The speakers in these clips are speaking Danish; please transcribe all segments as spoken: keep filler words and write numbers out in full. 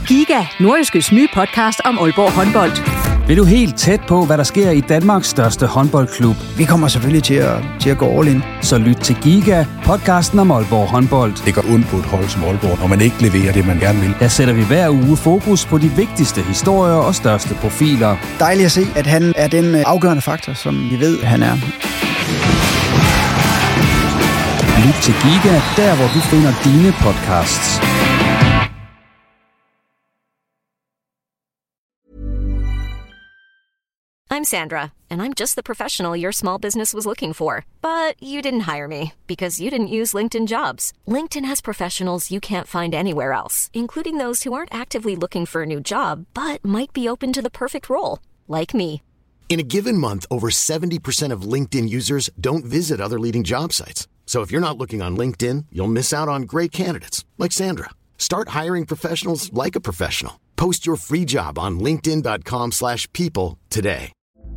Giga, Nordjyskes nye podcast om Aalborg håndbold. Vil du helt tæt på, hvad der sker i Danmarks største håndboldklub? Vi kommer selvfølgelig til at, til at gå all in. Så lyt til Giga, podcasten om Aalborg håndbold. Det går ondt på et hold som Aalborg, når man ikke leverer det, man gerne vil. Der sætter vi hver uge fokus på de vigtigste historier og største profiler. Dejligt at se, at han er den afgørende faktor, som vi ved, han er. Lyt til Giga, der hvor du finder dine podcasts. I'm Sandra, and I'm just the professional your small business was looking for. But you didn't hire me because you didn't use LinkedIn Jobs. LinkedIn has professionals you can't find anywhere else, including those who aren't actively looking for a new job, but might be open to the perfect role, like me. In a given month, over seventy percent of LinkedIn users don't visit other leading job sites. So if you're not looking on LinkedIn, you'll miss out on great candidates like Sandra. Start hiring professionals like a professional. Post your free job on linkedin dot com slash people today.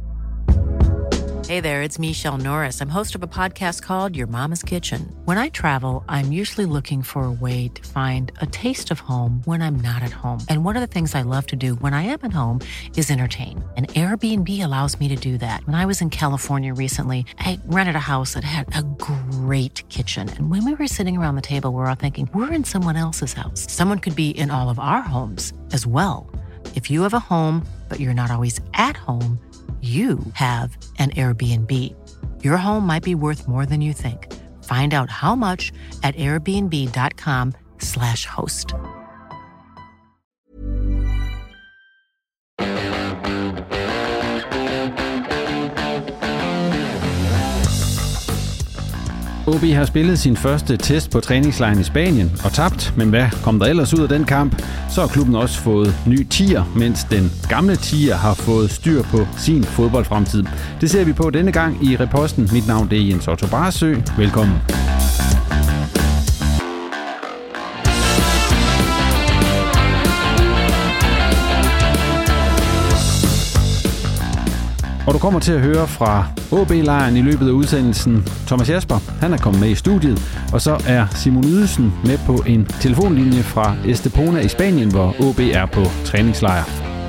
Hey there, it's Michelle Norris. I'm host of a podcast called Your Mama's Kitchen. When I travel, I'm usually looking for a way to find a taste of home when I'm not at home. And one of the things I love to do when I am at home is entertain. And Airbnb allows me to do that. When I was in California recently, I rented a house that had a great kitchen. And when we were sitting around the table, we were all thinking, we're in someone else's house. Someone could be in all of our homes as well. If you have a home, but you're not always at home, you have an Airbnb. Your home might be worth more than you think. Find out how much at airbnb dot com slash host. O B har spillet sin første test på træningslejren i Spanien og tabt, men hvad kom der ellers ud af den kamp? Så har klubben også fået ny tier, mens den gamle tier har fået styr på sin fodboldfremtid. Det ser vi på denne gang i Reposten. Mit navn det er Jens Otto Barsø. Velkommen. Og du kommer til at høre fra O B-lejren i løbet af udsendelsen. Thomas Jasper, han er kommet med i studiet, og så er Simon Ydelsen med på en telefonlinje fra Estepona i Spanien, hvor O B er på træningslejr.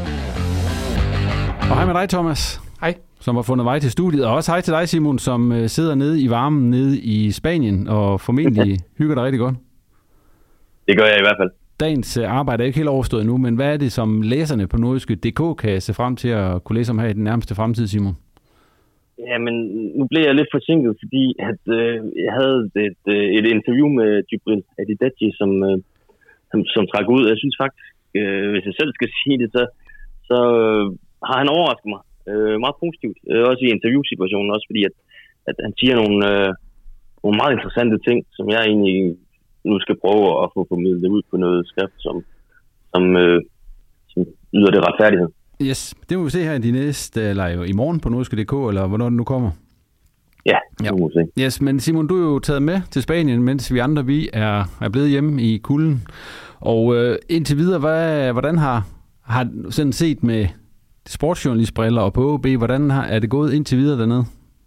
Og hej med dig, Thomas. Hej. Som har fundet vej til studiet. Og også hej til dig, Simon, som sidder nede i varmen nede i Spanien og formentlig hygger dig rigtig godt. Det gør jeg i hvert fald. Dagens arbejde er ikke helt overstået nu, men hvad er det, som læserne på nordjyske punktum d k kan se frem til at kunne læse om her i den nærmeste fremtid, Simon? Jamen, nu blev jeg lidt forsinket, fordi at, øh, jeg havde et, øh, et interview med Djibril Adidaji, som, øh, som, som trak ud. Jeg synes faktisk, øh, hvis jeg selv skal sige det, så, så øh, har han overrasket mig øh, meget positivt. Øh, også i interviewsituationen, også fordi at, at han siger nogle, øh, nogle meget interessante ting, som jeg egentlig nu skal prøve at få formidlet ud på noget skrift, som, som, øh, som yder det retfærdighed. Yes, det må vi se her i de næste, eller jo i morgen på nordjyske punktum d k, eller hvornår det nu kommer. Ja, det må vi se. Yes, men Simon, du er jo taget med til Spanien, mens vi andre vi er, er blevet hjemme i kulden. Og øh, indtil videre, hvad, hvordan har, har sådan set med sportsjournalistbriller og på O B, hvordan har, er det gået indtil videre dernede?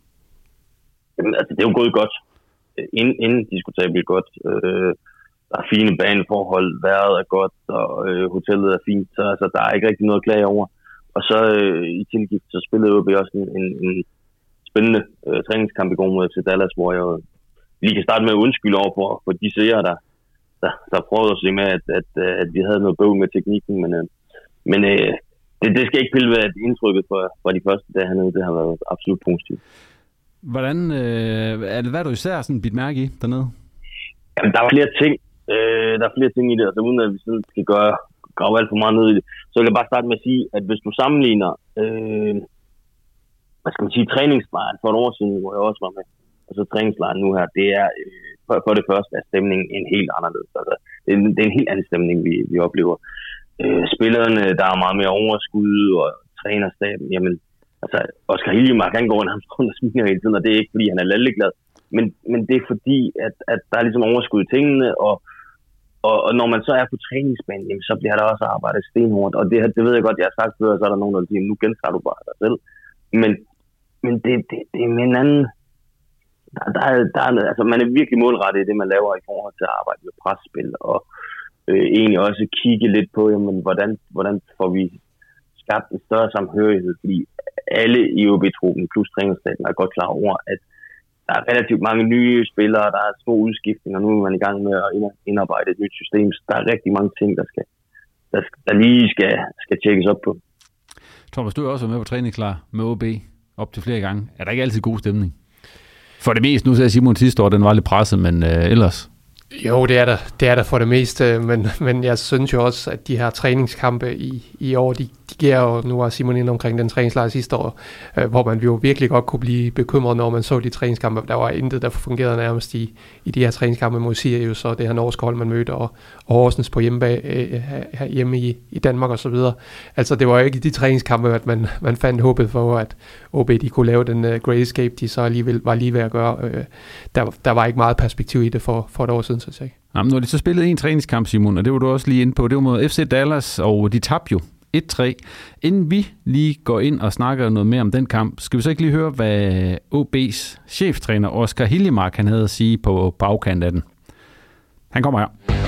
Jamen, altså, det er jo gået godt. Ind, indiskutabelt godt. Øh, der er fine baneforhold, vejret er godt, og øh, hotellet er fint, så altså, der er ikke rigtig noget at klage over. Og så øh, i tilgift, så spillede O B også en, en, en spændende øh, træningskamp i går mod F C Dallas, hvor jeg lige kan starte med at undskylde over for, for de seere, der, der, der prøvede at se med, at, at, at vi havde noget bøvl med teknikken, men, øh, men øh, det, det skal ikke pille ved, at indtrykket fra, fra de første dage hernede, det har været absolut positivt. Hvordan, øh, er det, hvad er du især sådan bidt mærke i dernede? Jamen, der er flere ting. Øh, der er flere ting i det, altså uden at vi sådan skal gøre, grave alt for meget ned i det. Så vil jeg bare starte med at sige, at hvis du sammenligner, øh, hvad skal man sige, træningslejren for et år siden, hvor jeg også var med, og så træningslejren nu her, det er, øh, for, for det første er stemningen en helt anderledes. Altså, det, er, det er en helt anden stemning, vi, vi oplever. Øh, spillerne, der er meget mere overskud, og trænerstaben, jamen, altså, Oscar Hiljemark, han går en hamstrånd og smiler hele tiden, og det er ikke, fordi han er lalleglad, men, men det er fordi, at, at der er ligesom overskud i tingene, og, og, og når man så er på træningsbanen, jamen, så bliver der også arbejdet stenhårdt, og det, det ved jeg godt, jeg har sagt før, så er der nogen, der siger, nu gentager du bare dig selv, men, men det, det, det er med en anden, der, der, er, der er, altså, man er virkelig målrettet i det, man laver i forhold til at arbejde med presspil, og øh, egentlig også kigge lidt på, jamen, hvordan, hvordan får vi skabt en større samhørighed, fordi alle i O B-truppen plus trænerstaben er godt klar over, at der er relativt mange nye spillere, der er små udskiftninger, og nu er man i gang med at indarbejde et nyt system, så der er rigtig mange ting, der, skal, der, der lige skal, skal tjekkes op på. Thomas, du er også med på træningsklar med O B op til flere gange. Er der ikke altid god stemning? For det meste, nu sagde Simon sidste år, den var lidt presset, men øh, ellers... Jo, det er der, det er der for det meste, men, men jeg synes jo også, at de her træningskampe i, i år, de, de giver jo, nu var Simon inde omkring den træningslejr sidste år, øh, hvor man jo virkelig godt kunne blive bekymret, når man så de træningskampe. Der var intet, der fungerede nærmest i, i de her træningskampe mod Sirius, og det her norske hold, man mødte, og, og Horsens på hjemme, øh, hjemme i, i Danmark og så videre. Altså, det var jo ikke i de træningskampe, at man, man fandt håbet for, at O B de kunne lave den uh, Great Escape, de så alligevel var lige ved at gøre. Øh, der, der var ikke meget perspektiv i det for, for et år siden. Jamen, nu har de så spillet en træningskamp, Simon, og det var du også lige inde på. Det var mod F C Dallas, og de tabte jo et tre. Inden vi lige går ind og snakker noget mere om den kamp, skal vi så ikke lige høre, hvad O B's cheftræner Oscar Hiljemark han havde at sige på bagkant af den. Han kommer her.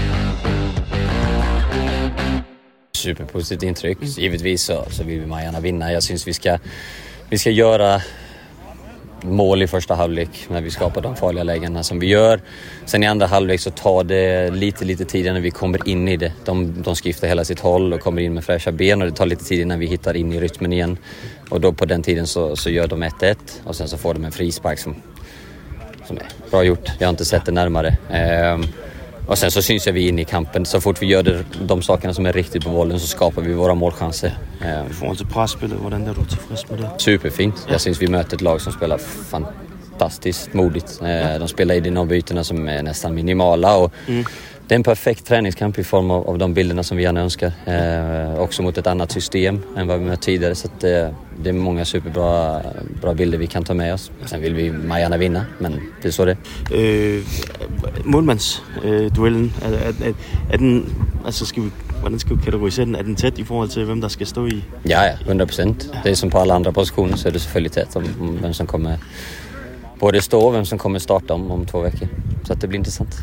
Superpositivt intryck. Givetvis så, så vill vi gärna vinna. Jag syns vi ska, vi ska göra mål i första halvlek när vi skapar de farliga lägena som vi gör. Sen i andra halvlek så tar det lite lite tid när vi kommer in i det. De, de skiftar hela sitt håll och kommer in med fräscha ben, och det tar lite tid innan vi hittar in i rytmen igen. Och då på den tiden så, så gör de ett ett, och sen så får de en frispark som, som är bra gjort. Jag har inte sett det närmare. Ehm, och sen så syns jag vi in i kampen. Så fort vi gör det, de sakerna som är riktigt på bollen, så skapar vi våra målchanser. I forhold til presspillet, hvordan er du tilfreds med det? Superfint. Jag syns vi möter ett lag som spelar fantastiskt modigt. De spelar i de avbyterna som är nästan minimala, och mm. det är en perfekt träningskamp i form av, av de bilderna som vi gärna önskar. Eh, också mot ett annat system än vad vi mött tidigare, så att det, det är många superbra bra bilder vi kan ta med oss. Sen vill vi gärna vinna, men det är så det. Øh, målmandsduellen, øh, er, er, er, er den, altså skal vi, hvordan skal vi kategorisere den? Er den tæt i forhold til, hvem der skal stå i? Ja, ja, hundra procent. Det är som på alla andra positioner, så är det selvfølgelig tæt om, om vem som kommer både stå och vem som kommer starta om, om två veckor. Så att det blir intressant.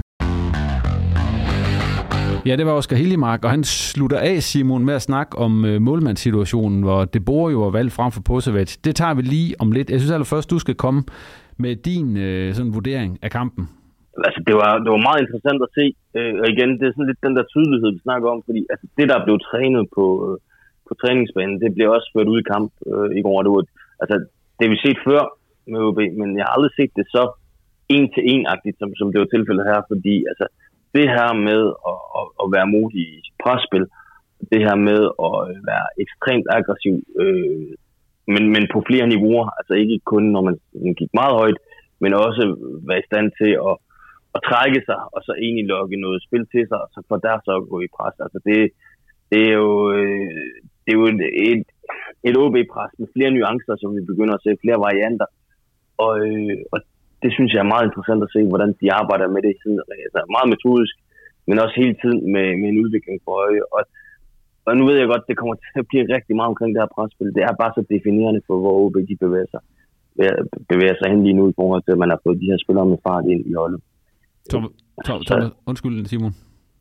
Ja, det var Oscar Hiljemark, og han slutter af, Simon, med at snakke om øh, målmandssituationen, hvor De Boer jo er valgt frem for Posevac. Det tager vi lige om lidt. Jeg synes allerførst, du skal komme med din øh, sådan vurdering af kampen. Altså, det var, det var meget interessant at se, øh, og igen, det er sådan lidt den der tydelighed, vi snakker om, fordi altså, det, der blev trænet på, øh, på træningsbanen, det blev også ført ud i kamp øh, i går. Det var, altså, det vi set før med O B, men jeg har aldrig set det så en-til-en-agtigt, som, som det var tilfældet her, fordi altså, det her med at, at, at være modig i presspil, det her med at være ekstremt aggressiv, øh, men, men på flere niveauer, altså ikke kun når man, man gik meget højt, men også være i stand til at, at trække sig, og så egentlig lokke noget spil til sig, og så for der så at gå i pres. Altså det, det er jo, øh, det er jo et, et, et O B-pres med flere nuancer, som vi begynder at se, flere varianter, og, øh, og det synes jeg er meget interessant at se, hvordan de arbejder med det. Altså meget metodisk, men også hele tiden med, med en udvikling for øje. Og, og nu ved jeg godt, det kommer til at blive rigtig meget omkring det her presspil. Det er bare så definerende for, hvor O B de bevæger sig, bevæger sig hen lige nu, i forhold til, at man har fået de her spillere med fart ind i holdet. Tom, Tom, Tom, undskyld, Simon.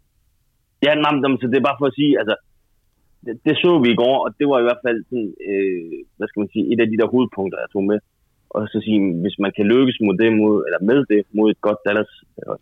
Ja, nej, så det er bare for at sige, altså, det, det så vi i går, og det var i hvert fald sådan, øh, hvad skal man sige, et af de der hovedpunkter, jeg tog med. Og så sige, hvis man kan lykkes mod det, mod, eller med det mod et godt Dallas,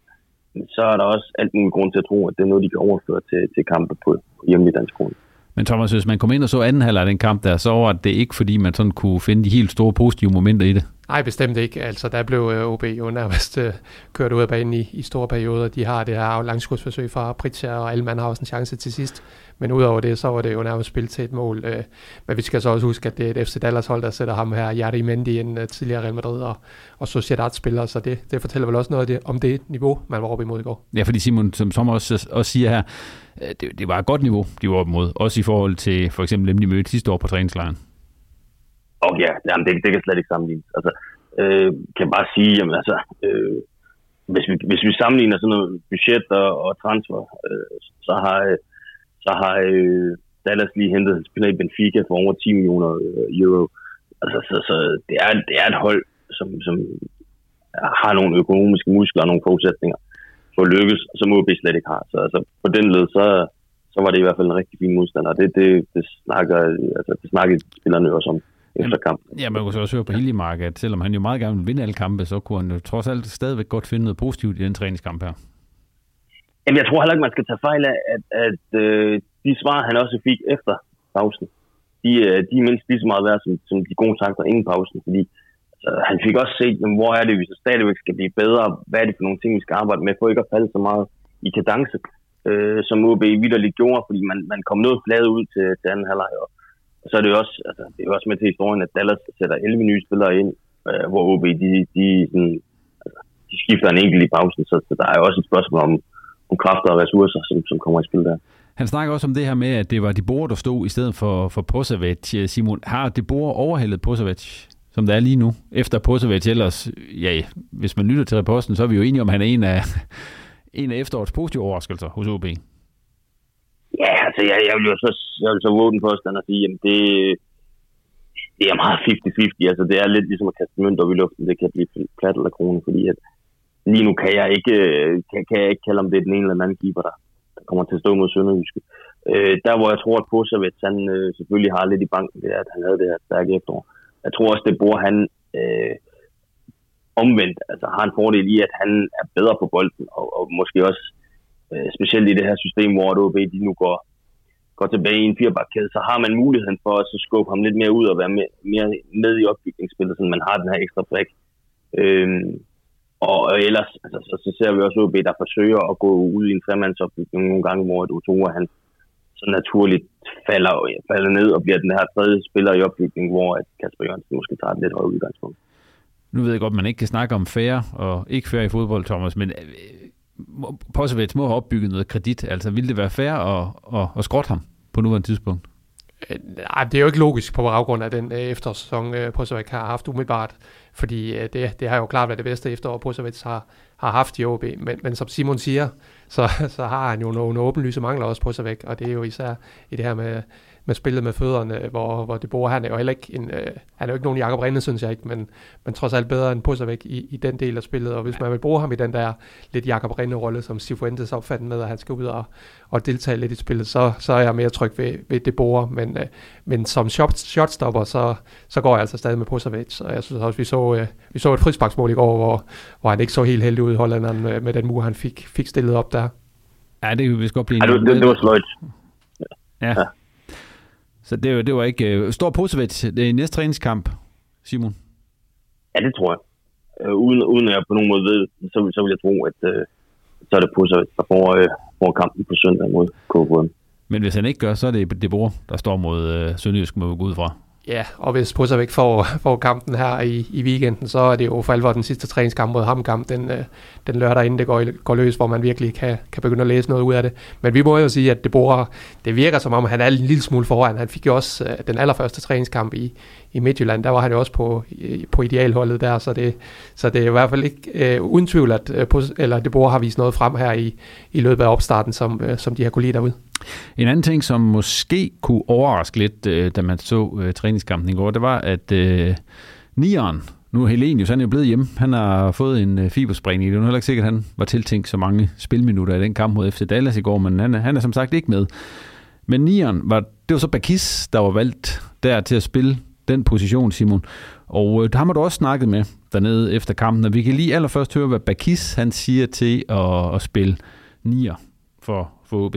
så er der også alt mulig grund til at tro, at det er noget, de kan overføre til, til kampe på hjemme i dansk grund. Men Thomas, hvis man kom ind og så anden halvleg af den kamp der, så var det ikke, fordi man sådan kunne finde de helt store positive momenter i det. Nej, bestemt ikke. Altså, der blev O B jo nærmest uh, kørt ud af banen i, i store perioder. De har det her langskudsforsøg fra Pritja, og Elman har også en chance til sidst. Men udover det, så var det jo nærmest spillet til et mål. Uh, men vi skal så også huske, at det er et F C Dallas hold, der sætter ham her, Yardi Mendy, en uh, tidligere Real Madrid og, og Sociedad-spiller. Så det, det fortæller vel også noget af det, om det niveau, man var oppe imod i går. Ja, fordi Simon, som Tom også, også siger her, det, det var et godt niveau, de var oppe imod. Også i forhold til for eksempel dem, de mødte sidste år på træningslejren. Og ja, jamen, det, det kan slet ikke sammenlignes. Altså, øh, kan bare sige, jamen altså, øh, hvis, vi, hvis vi sammenligner sådan noget budget og, og transfer, øh, så har, så har øh, Dallas lige hentet en spiller i Benfica for over ti millioner euro. Altså, så, så det, er, det er et hold, som, som har nogle økonomiske muskler og nogle forudsætninger få lykkes, som O B slet ikke har. Så altså, på den led, så, så var det i hvert fald en rigtig fin modstander. Det, det, det, snakker, altså, det snakkede spillerne også om efter kampen. Ja, man kunne så også høre på Hiljemark, at selvom han jo meget gerne ville vinde alle kampe, så kunne han jo trods alt stadigvæk godt finde noget positivt i den træningskamp her. Jamen, jeg tror heller ikke, man skal tage fejl af, at, at øh, de svar, han også fik efter pausen, de, de er mindst lige så meget værd som, som de gode takter inden pausen, fordi altså, han fik også set, jamen, hvor er det, vi så stadigvæk skal blive bedre, hvad er det for nogle ting, vi skal arbejde med, for ikke at falde så meget i kadence, øh, som O B vitterligt gjorde, fordi man, man kom noget fladet ud til, til anden halvleg, og, og så er det jo også, altså, det er jo også med til historien, at Dallas sætter elleve nye spillere ind, øh, hvor O B, de, de, sådan, altså, de skifter en enkelt i pausen, så, så der er jo også et spørgsmål om, om kræfter og ressourcer, som, som kommer i spil der. Han snakker også om det her med, at det var De Boer, der stod i stedet for, for Posavæc. Simon, har De Boer overhældet Posavæc, som det er lige nu? Efter Posavæc ellers, ja, hvis man lytter til reposten, så er vi jo enige om, at han er en af, en af efterårets positive overraskelser hos O B. Ja, altså jeg, jeg vil jo så, jeg vil så våge den påstand og sige, at det, det er meget halvtreds halvtreds. Altså det er lidt ligesom at kaste mønt op i luften. Det kan blive plat eller krone, fordi at lige nu kan jeg ikke, kan, kan jeg ikke kalde, om det er den ene eller den anden keeper, der, der kommer til at stå mod Sønderjyske. Øh, der hvor jeg tror, at Posavæc, han øh, selvfølgelig har lidt i banken, det er, at han havde det her stærke efterår. Jeg tror også, det bor han øh, omvendt, altså har en fordel i, at han er bedre på bolden, og, og måske også øh, specielt i det her system, hvor O B de nu går, går tilbage i en firebakkæde, så har man muligheden for at så skubbe ham lidt mere ud og være med, mere med i opbygningsspillet, så man har den her ekstra brik. Øh, Og ellers, altså, så, så ser vi også O B, der forsøger at gå ud i en tremandsopbygning nogle gange, hvor et Otto, han så naturligt falder, falder ned og bliver den her tredje spiller i opbygning, hvor at Kasper Jørgensen måske tager et lidt højere udgangspunkt. Nu ved jeg godt, at man ikke kan snakke om fair og ikke fair i fodbold, Thomas, men Posavæc må have opbygget noget kredit. Altså, ville det være fair at, at, at skrotte ham på nuværende tidspunkt? Nej, det er jo ikke logisk på baggrund af den eftersæson, Posavæc har haft umiddelbart, fordi det, det har jo klart været det bedste efterår, Posavæc har, har haft i O B, men, men som Simon siger, så, så har han jo nogle åbenlyse mangler også Posavæc, og det er jo især i det her med, med spillet med fødderne, hvor, hvor det bor, han er jo heller ikke en, øh, han er jo ikke nogen Jakob Rinde, synes jeg ikke, men, men trods alt bedre end Posavæc i, i den del af spillet, og hvis man vil bruge ham i den der lidt Jakob Rinde-rolle, som Cifuentes opfattede med, at han skal ud og, og deltage lidt i spillet, så, så er jeg mere tryg ved, ved det bor, men, øh, men som shot, shotstopper, så, så går jeg altså stadig med Posavæc, og jeg synes også, vi så, øh, vi så et frisparksmål i går, hvor, hvor han ikke så helt heldig ud i Hollanderen med, med den mur, han fik, fik stillet op der. Ja, det kan vi godt blive... Ja, det, det, det var sløjt. Ja. ja. Så det, det var ikke... Står Posavæc i næste træningskamp, Simon? Ja, det tror jeg. Uh, uden, uden at jeg på nogen måde ved, så, så vil jeg tro, at uh, så er det Posavæc, der får, uh, får kampen på søndag mod K F U M. Men hvis han ikke gør, så er det De Boer, der står mod uh, Sønderjysk, må vi gå ud fra. Ja, og hvis Posavæc får, får kampen her i, i weekenden, så er det jo for alvor den sidste træningskamp mod Hamkamp, den, den lørdag inden det går, går løs, hvor man virkelig kan, kan begynde at læse noget ud af det. Men vi må jo sige, at det, bor, det virker som om, han er en lille smule foran. Han fik jo også uh, den allerførste træningskamp i, i Midtjylland, der var han jo også på, på idealholdet der, så det, så det er i hvert fald ikke uh, uden tvivl, at uh, eller det bor har vist noget frem her i, i løbet af opstarten, som, uh, som de har kunne lide derude. En anden ting, som måske kunne overraske lidt, øh, da man så øh, træningskampen i går, det var, at øh, nieren, nu er Helenius, han er jo blevet hjemme. Han har fået en øh, fibersprængning. Det er jo heller ikke sikkert, at han var tiltænkt så mange spilminutter i den kamp mod F C Dallas i går, men han, han er som sagt ikke med. Men nieren, var, det var så Bakis, der var valgt der til at spille den position, Simon. Og øh, der har man da også snakket med dernede efter kampen, og vi kan lige allerførst høre, hvad Bakis han siger til at, at spille nier for, for O B.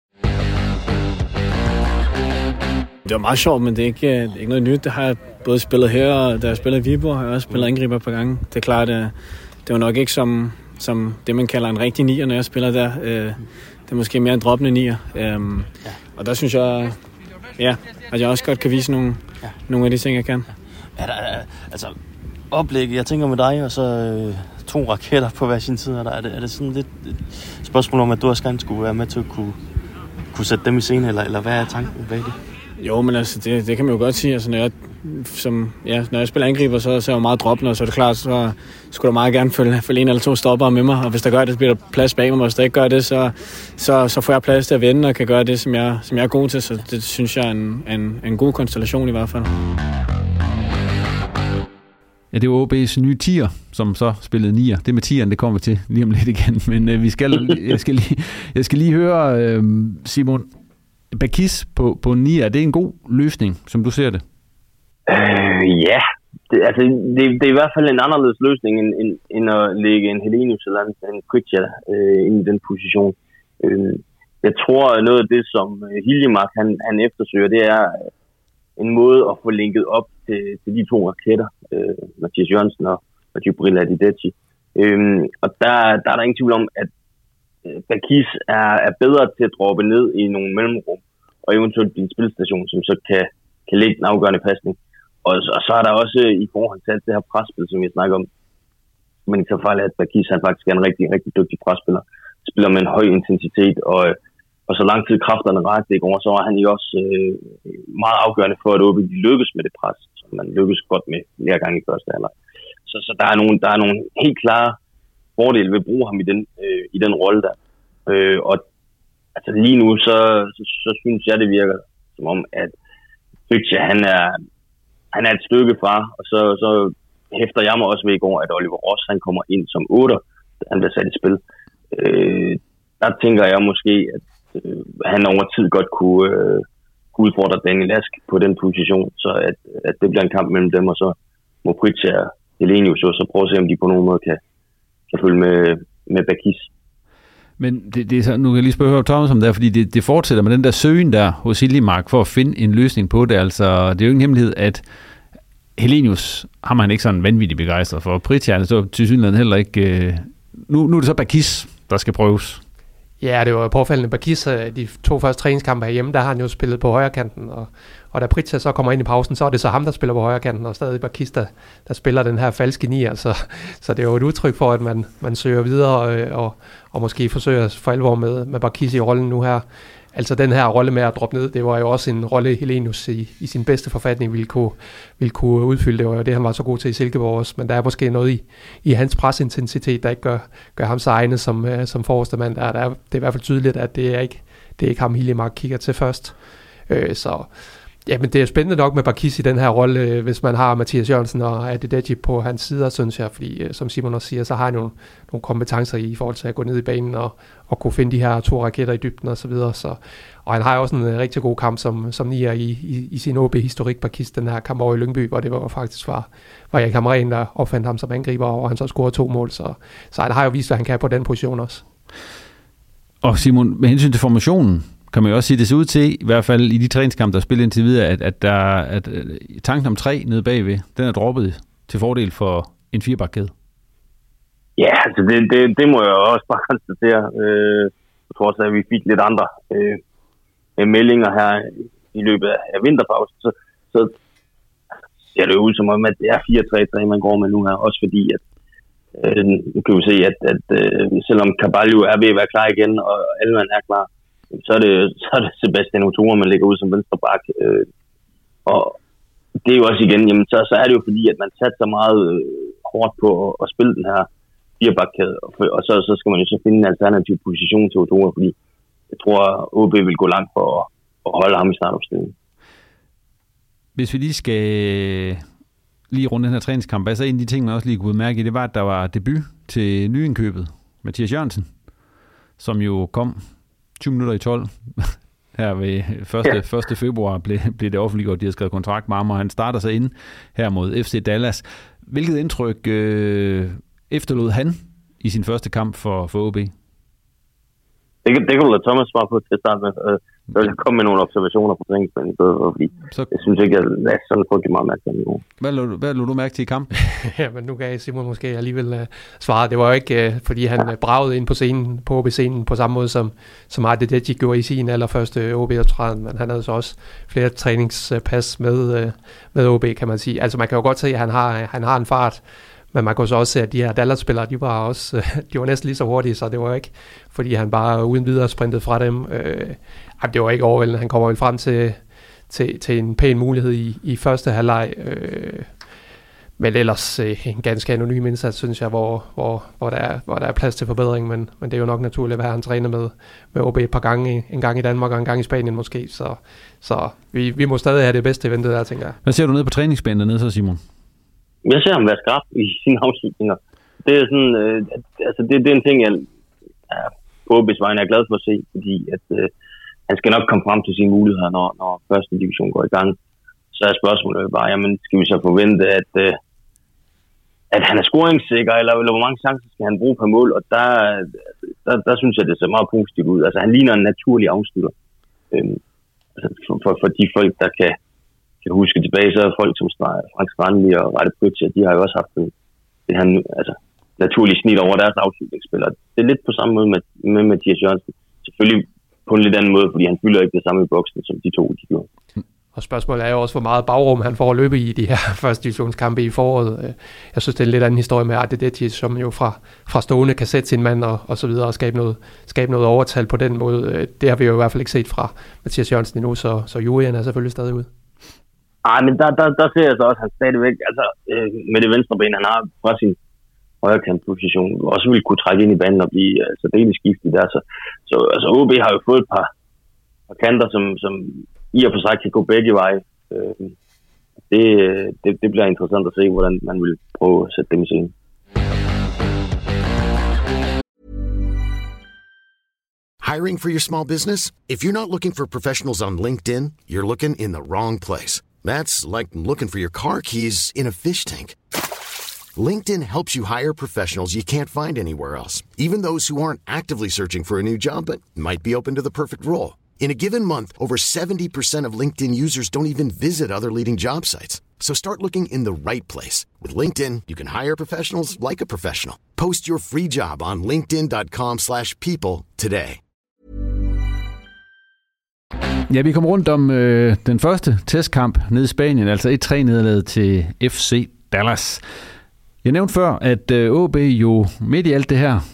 Det var meget sjovt, men det er ikke, det er ikke noget nyt. Det har jeg både spillet her, og da jeg spillede i Viborg, har jeg også spillet angriber på gange. Det er klart, det, det var nok ikke som, som det, man kalder en rigtig nier, når jeg spiller der. Det er måske mere en droppende nier. Og der synes jeg, ja, at jeg også godt kan vise nogle, ja. nogle af de ting, jeg kan. Ja, der er, altså, oplægget, jeg tænker med dig, og så øh, to raketter på hver sin side. Der er, det, er det sådan lidt et spørgsmål om, at du også gerne skulle være med til at kunne, kunne sætte dem i scene, eller, eller hvad er tanken bag det? Jo, men altså, det, det kan man jo godt sige. Altså, når jeg, som, ja, når jeg spiller angriber, så, så er jeg jo meget droppende, og så er det klart, så skulle der meget gerne følge, følge en eller to stopper med mig, og hvis der gør det, så bliver der plads bag mig, og hvis der ikke gør det, så, så, så får jeg plads til at vende, og kan gøre det, som jeg, som jeg er god til, så det synes jeg er en, en, en god konstellation i hvert fald. Ja, det var O B's nye tier, som så spillede nier. Det med tieren, det kommer vi til lige om lidt igen. Men øh, vi skal, jeg, skal lige, jeg skal lige høre, øh, Simon, Bakis på, på nier, er det en god løsning, som du ser det? Øh, ja, det, altså, det, det er i hvert fald en anderledes løsning, end, end, end at lægge en Helenius eller en Pritchard øh, ind i den position. Øh, jeg tror, at noget af det, som Hiljemark han, han eftersøger, det er en måde at få linket op til, til de to raketter, øh, Mathias Jørgensen og, og Djibril Adedeji. Øh, og der, der er der ingen tvivl om, at øh, Bakis er, er bedre til at droppe ned i nogle mellemrum, og eventuelt blive en spilstation, som så kan, kan lægge den afgørende pasning. Og, og så er der også i forhold til det her presspil, som jeg snakker om, men ikke så fejl, at Bakis han faktisk er en rigtig, rigtig dygtig presspiller. Spiller med en høj intensitet, og, og så lang tid kræfterne rakte i går, så var han jo også øh, meget afgørende for, at O B lykkes med det pres, som man lykkes godt med flere gange i første halvleg. Så, så der, er nogle, der er nogle helt klare fordele ved at bruge ham i den, øh, i den rolle der. Øh, og altså lige nu, så, så, så synes jeg, det virker som om, at Pritchard, han er, han er et stykke fra, og så, så hæfter jeg mig også ved i går, at Oliver Ross, han kommer ind som otter, da han bliver sat i spil. Øh, der tænker jeg måske, at øh, han over tid godt kunne, øh, kunne udfordre Daniel Ask på den position, så at, at det bliver en kamp mellem dem, og så må Pritchard og Helenius så prøve at se, om de på nogen måde kan, kan følge med, med Bakis. Men det, det er så, nu kan jeg lige spørge Thomas om det, fordi det, det fortsætter med den der søgen der hos Hiljemark for at finde en løsning på det. Altså, det er jo ingen hemmelighed, at Helenius har man ikke sådan vanvittigt begejstret for. Pritchard så til synligheden heller ikke. Øh, nu, nu er det så Bakis, der skal prøves. Ja, det var påfaldende. Bakis, de to første træningskampe herhjemme, der har han jo spillet på højre kanten, og, og da Pritchard så kommer ind i pausen, så er det så ham, der spiller på højre kanten, og stadig Bakis, der, der spiller den her falske nier. Så, så det er jo et udtryk for, at man, man søger videre, og, og, og måske forsøger for alvor med, med Bakis i rollen nu her. Altså den her rolle med at droppe ned, det var jo også en rolle, Helenius i, i sin bedste forfatning ville kunne, ville kunne udfylde. Det var jo det, han var så god til i Silkeborg også, men der er måske noget i, i hans presintensitet, der ikke gør, gør ham så egnet som, som forreste mand. Der, der er, det er i hvert fald tydeligt, at det er ikke, det er ikke ham, Hiljemark kigger til først. Øh, så ja, men det er spændende nok med Bakis i den her rolle, hvis man har Mathias Jørgensen og Adedeji på hans side, synes jeg, fordi som Simon også siger, så har han jo nogle kompetencer i forhold til at gå ned i banen og, og kunne finde de her to raketter i dybden og så videre. Så, og han har jo også en rigtig god kamp som, som nier i, i, i sin O B-historik, Bakis, den her kamp over i Lyngby, hvor det var faktisk var, var Erik Hamrén, der opfandt ham som angriber, og han så scorede to mål, så, så han har jo vist, hvad han kan på den position også. Og Simon, med hensyn til formationen, kan man jo også sige, det ser ud til, i hvert fald i de træningskampe, der er spillet indtil videre, at, at, der, at, at tanken om tre nede bagved, den er droppet til fordel for en firebakkæde. Ja, altså det, det, det må jeg også bare konstatere. Øh, jeg tror også, at vi fik lidt andre øh, meldinger her i løbet af vinterpausen. Så, så ser det ud som om, at det er fire tre tre, man går med nu her. Også fordi, at øh, nu kan vi se, at, at øh, selvom Carvalho er ved at være klar igen, og Alman er klar, så er det, så er det Sebastian Otora, man lægger ud som venstre bak. Øh, og det er jo også igen, jamen, så, så er det jo fordi, at man satte så meget øh, hårdt på at, at spille den her firebakkæde, og, og så, så skal man jo så finde en alternativ position til Otora, fordi jeg tror, at O B vil gå langt for at, at holde ham i startopstillingen. Hvis vi lige skal lige runde den her træningskamp, så en af de ting, man også lige kunne mærke i, det var, at der var debut til nyindkøbet, Mathias Jørgensen, som jo kom tyve minutter i tolv. Her ved første februar blev, blev det offentliggjort, de har skrevet kontrakt med ham, og han starter sig ind her mod F C Dallas. Hvilket indtryk øh, efterlod han i sin første kamp for, for O B? Det kan, det kan du lade Thomas svare på til at starte med. Jeg vil komme med nogle observationer på træningsbanen i stedet, fordi så... jeg synes ikke, at jeg er sådan frygtelig meget mærke til det. Hvad lå, hvad lå du mærke til i kampen? Ja, men nu kan Simon måske alligevel uh, svare. Det var jo ikke, uh, fordi han uh, bragede ind på scenen, på O B-scenen, på samme måde som, som Adedeji gjorde i sin allerførste O B-optræden, men han havde så også flere træningspas med, uh, med O B, kan man sige. Altså man kan jo godt se, at han har, han har en fart, men man kunne så også se, at de her Dallas-spillere, de var også, de var næsten lige så hurtige, så det var ikke, fordi han bare uden videre sprintede fra dem. Øh, det var ikke overvældende. Han kommer vel frem til, til, til en pæn mulighed i, i første halvleg. Øh, men ellers øh, en ganske anonym indsats, synes jeg, hvor, hvor, hvor, der er, hvor der er plads til forbedring, men, men det er jo nok naturligt, hvad han træner med, med O B et par gange, en gang i Danmark og en gang i Spanien måske, så, så vi, vi må stadig have det bedste eventet der, tænker jeg. Hvad ser du nede på træningsbanen dernede så, Simon? jeg ser ham være skarp i sine afslutninger. Det er sådan, øh, altså det, det er en ting, jeg ja, på O B's vegne er glad for at se, fordi at, øh, han skal nok komme frem til sine muligheder, når, når første division går i gang. Så er spørgsmålet bare, jamen skal vi så forvente, at, øh, at han er scoringssikker, eller, eller hvor mange chancer skal han bruge per mål, og der, der, der synes jeg, det ser meget positivt ud. Altså han ligner en naturlig afslutter. Øhm, altså, for, for, for de folk, der kan, kan huske tilbage, så er folk som Frank Strandli og Rette Pritchard, de har jo også haft en, det her altså, naturlige snit over deres afslutningsspillere. Det er lidt på samme måde med, med Mathias Jørgensen. Selvfølgelig på en lidt anden måde, fordi han fylder ikke det samme i boksen, som de to, de gjorde. Og spørgsmålet er jo også, hvor meget bagrum han får at løbe i de her første divisionskampe i foråret. Jeg synes, det er en lidt anden historie med Arte Detis, som jo fra, fra stående kan sætte sin mand og, og så videre og skabe noget, skabe noget overtal på den måde. Det har vi jo i hvert fald ikke set fra Mathias Jørgensen endnu, så, så Julian er selvfølgelig stadig ude. Nej, men der, der, der ser jeg så også, at han stadigvæk, altså øh, med det venstre ben, han har fra sin højrekantposition, også ville kunne trække ind i banen og blive altså, delvis skiftet der. Så, så altså, O B har jo fået et par, par kanter, som, som i og for sig kan gå begge veje. Øh, det, det, det bliver interessant at se, hvordan man vil prøve at sætte dem i scenen. Hiring for your small business? If you're not looking for professionals on LinkedIn, you're looking in the wrong place. That's like looking for your car keys in a fish tank. LinkedIn helps you hire professionals you can't find anywhere else, even those who aren't actively searching for a new job but might be open to the perfect role. In a given month, over seventy percent of LinkedIn users don't even visit other leading job sites. So start looking in the right place. With LinkedIn, you can hire professionals like a professional. Post your free job on linkedin dot com slash people today. Ja, vi kom rundt om øh, den første testkamp nede i Spanien, altså et tre nederlag til F C Dallas. Jeg nævnte før, at øh, O B jo midt i alt det her,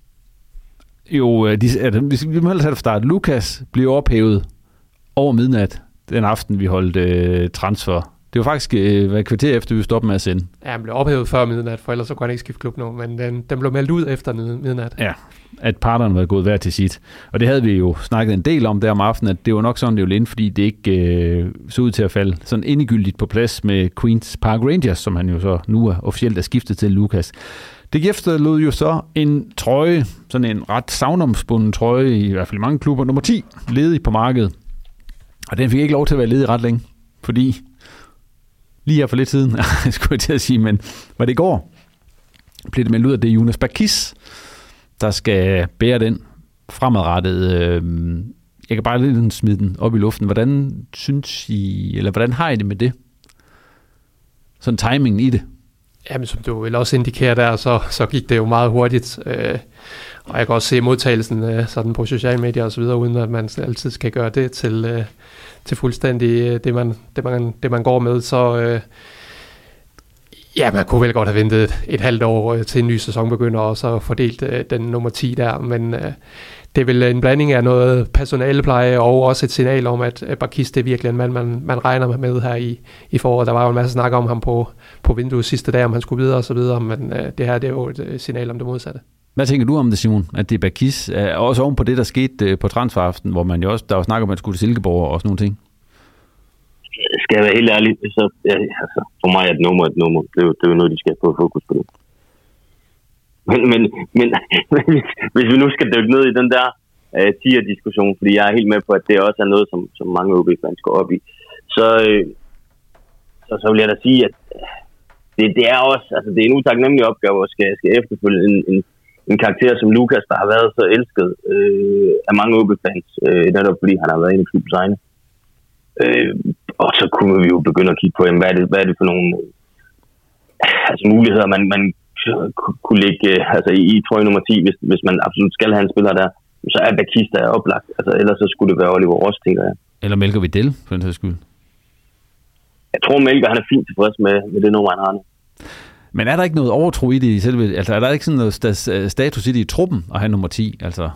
jo, øh, de, at, vi må ellers have det fra start. Lucas blev ophævet over midnat den aften, vi holdt øh, transfer. Det var faktisk øh, et kvarter efter, vi stoppede med at sende. Ja, han blev ophævet før midnat, for ellers så kunne han ikke skifte klub nu, men den, den blev meldt ud efter midnat. Ja, at parterne var gået hver til sit. Og det havde vi jo snakket en del om der om aftenen, at det var nok sådan, det var lidt, fordi det ikke øh, så ud til at falde sådan endegyldigt på plads med Queens Park Rangers, som han jo så nu er officielt er skiftet til Lucas. Det efterlod jo så en trøje, sådan en ret savnomspunden trøje, i hvert fald i mange klubber, nummer ti, ledig på markedet. Og den fik ikke lov til at være ledig ret længe, fordi lige her for lidt siden, skulle jeg til at sige, men var det i går, blev det meldt ud, at det er Jonas Bakis, der skal bære den fremadrettet. Jeg kan bare lidt smide den op i luften. Hvordan synes I, eller hvordan har I det med det? Sådan timingen i det? Jamen, som du vil også indikere der, så, så gik det jo meget hurtigt. Øh, og jeg kan også se modtagelsen øh, sådan på sociale medier og så videre, uden at man altid skal gøre det til, øh, til fuldstændig det man, det, man, det, man går med. Så øh, ja, man kunne vel godt have ventet et, et halvt år øh, til en ny sæson begynder, og så fordelt øh, den nummer ti der. Men øh, det er vel en blanding af noget personalepleje og også et signal om, at Bakis det er virkelig en mand, man, man regner med her i, i foråret. Der var jo en masse snak om ham på, på vinduet sidste dag, om han skulle videre og så videre, men øh, det her det er jo et signal om det modsatte. Hvad tænker du om det, Simon? At det er Bakis, øh, også oven på det, der skete øh, på transferaften, hvor man jo også, der var snak om, at man skulle til Silkeborg og sådan nogle ting? Skal jeg være helt ærlig, så ja, altså, for mig er et nummer et nummer. Det er jo, det er jo noget, de skal få fokus på det. Men, men, men hvis vi nu skal dykke ned i den der uh, tier-diskussion, fordi jeg er helt med på, at det også er noget, som, som mange O B-fans går op i, så, øh, så, så vil jeg da sige, at det, det er også, altså det er en utaknemmelig opgave at skal, skal efterfølge en, en, en karakter som Lucas, der har været så elsket øh, af mange O B-fans, øh, netop fordi han har været en i klubbens egne. Øh, og så kunne vi jo begynde at kigge på, jamen, hvad, er det, hvad er det for nogle øh, altså, muligheder, man, man kunne ligge altså, i, i trøje nummer ti, hvis, hvis man absolut skal have en spiller der, så er Bakis der oplagt. Altså, ellers så skulle det være Oliver Ross, tænker jeg. Eller Melker Vidal, for den sags skyld. Jeg tror, Melker han er fint tilfreds med, med det nummer, han har nu. Men er der ikke noget overtro i det i selve? Altså, er der ikke sådan noget status i det i truppen at have nummer ti? Altså,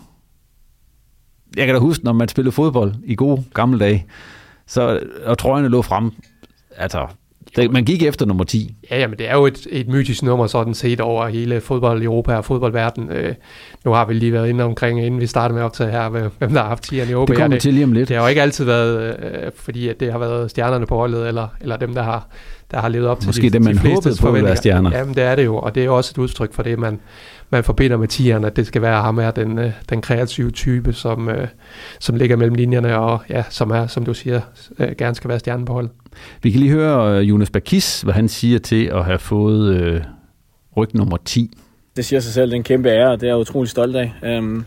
jeg kan da huske, når man spillede fodbold i gode gamle dage, så, og trøjerne lå frem, altså, det, man gik efter nummer ti. Ja, ja, men det er jo et, et mytisk nummer, sådan set over hele fodbold i Europa og fodboldverden. Øh, nu har vi lige været inde omkring, inden vi startede med at optage her, hvem der har haft tieren i O B. Det kommer ja, til lige om lidt. Det har jo ikke altid været, øh, fordi at det har været stjernerne på holdet, eller, eller dem, der har der har levet op til Måske de, det, man de håbede på at være stjerner. Jamen, det er det jo, og det er også et udtryk for det, man, man forbinder med tieren, at det skal være ham her, den, den kreative type, som, øh, som ligger mellem linjerne, og ja, som er, som du siger, øh, gerne skal være stjernen på holdet. Vi kan lige høre Jonas Bakis, hvad han siger til at have fået øh, ryg nummer ti. Det siger sig selv, det er en kæmpe ære, og det er jeg utrolig stolt af. Um,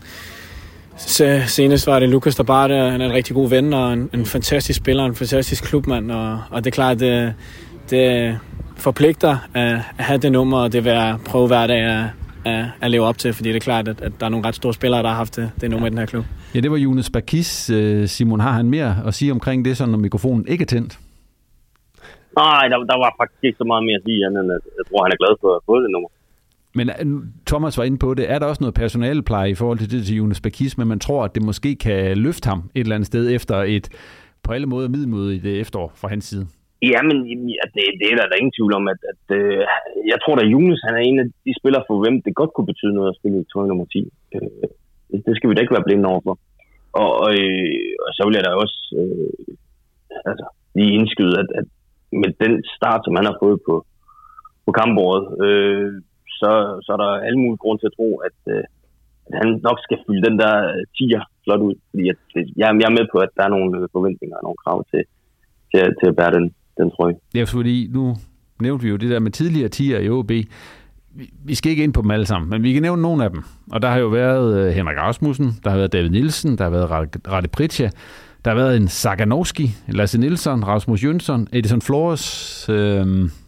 senest var det Lucas Tabarte, han er en rigtig god ven, og en, en fantastisk spiller, en fantastisk klubmand, og, og det er klart, det, det forpligter at, at have det nummer, og det vil jeg prøve hver dag at, at, at leve op til, fordi det er klart, at, at der er nogle ret store spillere, der har haft det, det nummer i den her klub. Ja, det var Jonas Bakis. Simon, har han mere at sige omkring det, så når mikrofonen ikke er tændt? Nej, der, der var faktisk ikke så meget mere at sige, end at jeg tror, han er glad for at få det nummer. Men Thomas var inde på det. Er der også noget personalepleje i forhold til det til Jonas Bakis, men man tror, at det måske kan løfte ham et eller andet sted efter et på alle måder middelmåde i det efterår fra hans side? Ja, men ja, det, det er der, der er ingen tvivl om, at, at øh, jeg tror, at Jonas han er en af de spillere, for hvem det godt kunne betyde noget at spille i trøje nummer ti. Øh, det skal vi da ikke være blinde overfor. Og, og, øh, og så vil jeg da også øh, altså, lige indskyde, at, at med den start, som han har fået på, på kampåret, øh, så, så er der alle mulige grund til at tro, at, øh, at han nok skal fylde den der tier flot ud. Fordi at, jeg, jeg er med på, at der er nogle forventninger og nogle krav til, til, til at bære den, den trøje. Ja, fordi nu nævnte vi jo det der med tidligere tier i O B. Vi, vi skal ikke ind på dem alle sammen, men vi kan nævne nogle af dem. Og der har jo været Henrik Rasmussen, der har været David Nielsen, der har været Rade Pritja, der har været en Saganowski, Lasse Nielsen, Rasmus Jønsson, Edison Flores, øh,